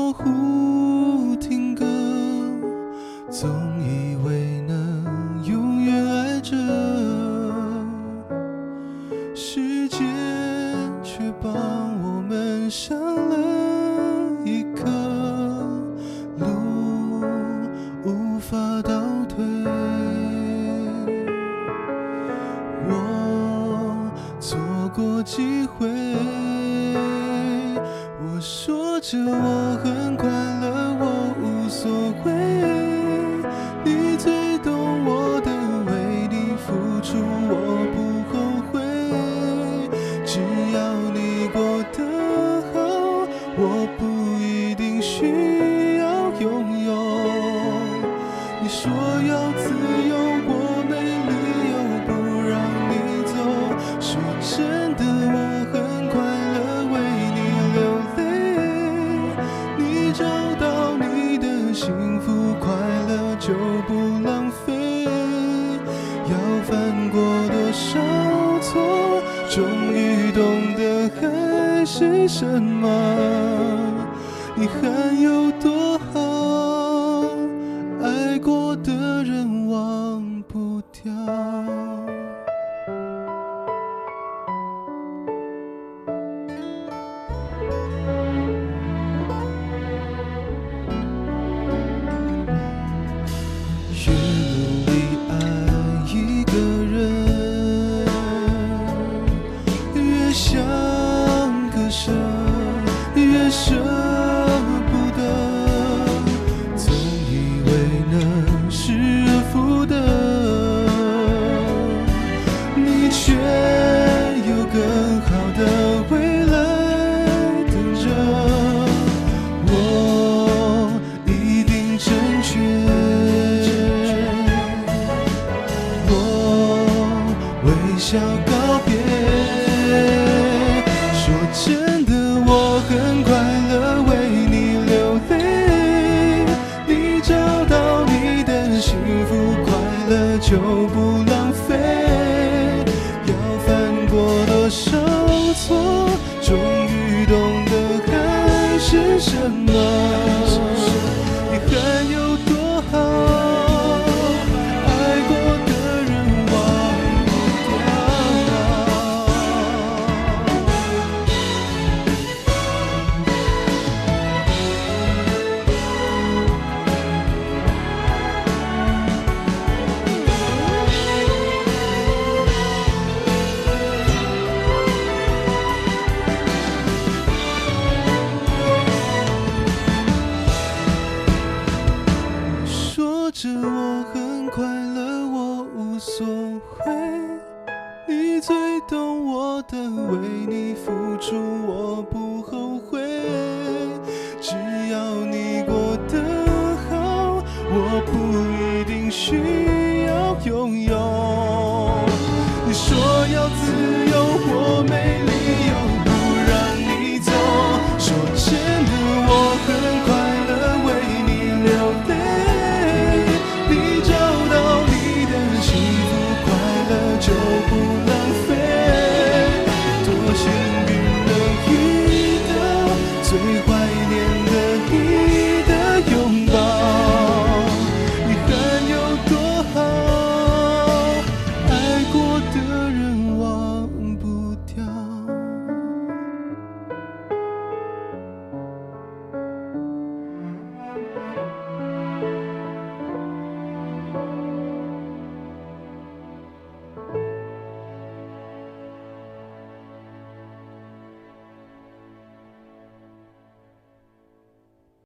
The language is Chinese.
模糊听歌，总以为能永远爱着，时间却帮我们上了一课，路无法倒退。我错过机会，我说着我很快乐，我无所谓，你最懂我的，为你付出我不后悔，只要你过得好，我不一定需要拥有。你说要自由，我没理由不让你走，说真的我很快乐，为你流泪，你找到你的幸福快乐就不浪费，要犯过多少错，终于懂得爱是什么，遗憾有多好，爱过的人忘不掉。越努力爱一个人，越想割舍，越舍不得，总以为能失而复得，你却有更好的未来等着，我一定正确。微笑告别，说真的我很快乐，为你流泪，你找到你的幸福快乐就不浪费，要犯过多少错，终于懂得爱是什么，遗憾有多好，说着我很快乐，我无所谓，你最懂我的，为你付出我不后悔，只要你过得好，我不一定需